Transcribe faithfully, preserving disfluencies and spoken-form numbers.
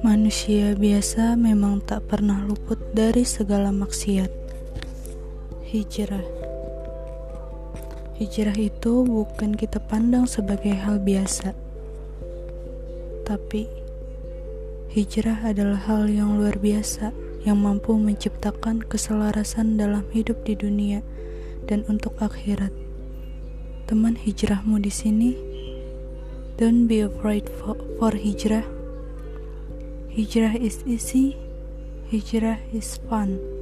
Manusia biasa memang tak pernah luput dari segala maksiat. Hijrah. Hijrah itu bukan kita pandang sebagai hal biasa, tapi hijrah adalah hal yang luar biasa yang mampu menciptakan keselarasan dalam hidup di dunia dan untuk akhirat. Teman hijrahmu di sini. Don't be afraid for, for hijrah. Hijrah is easy. Hijrah is fun.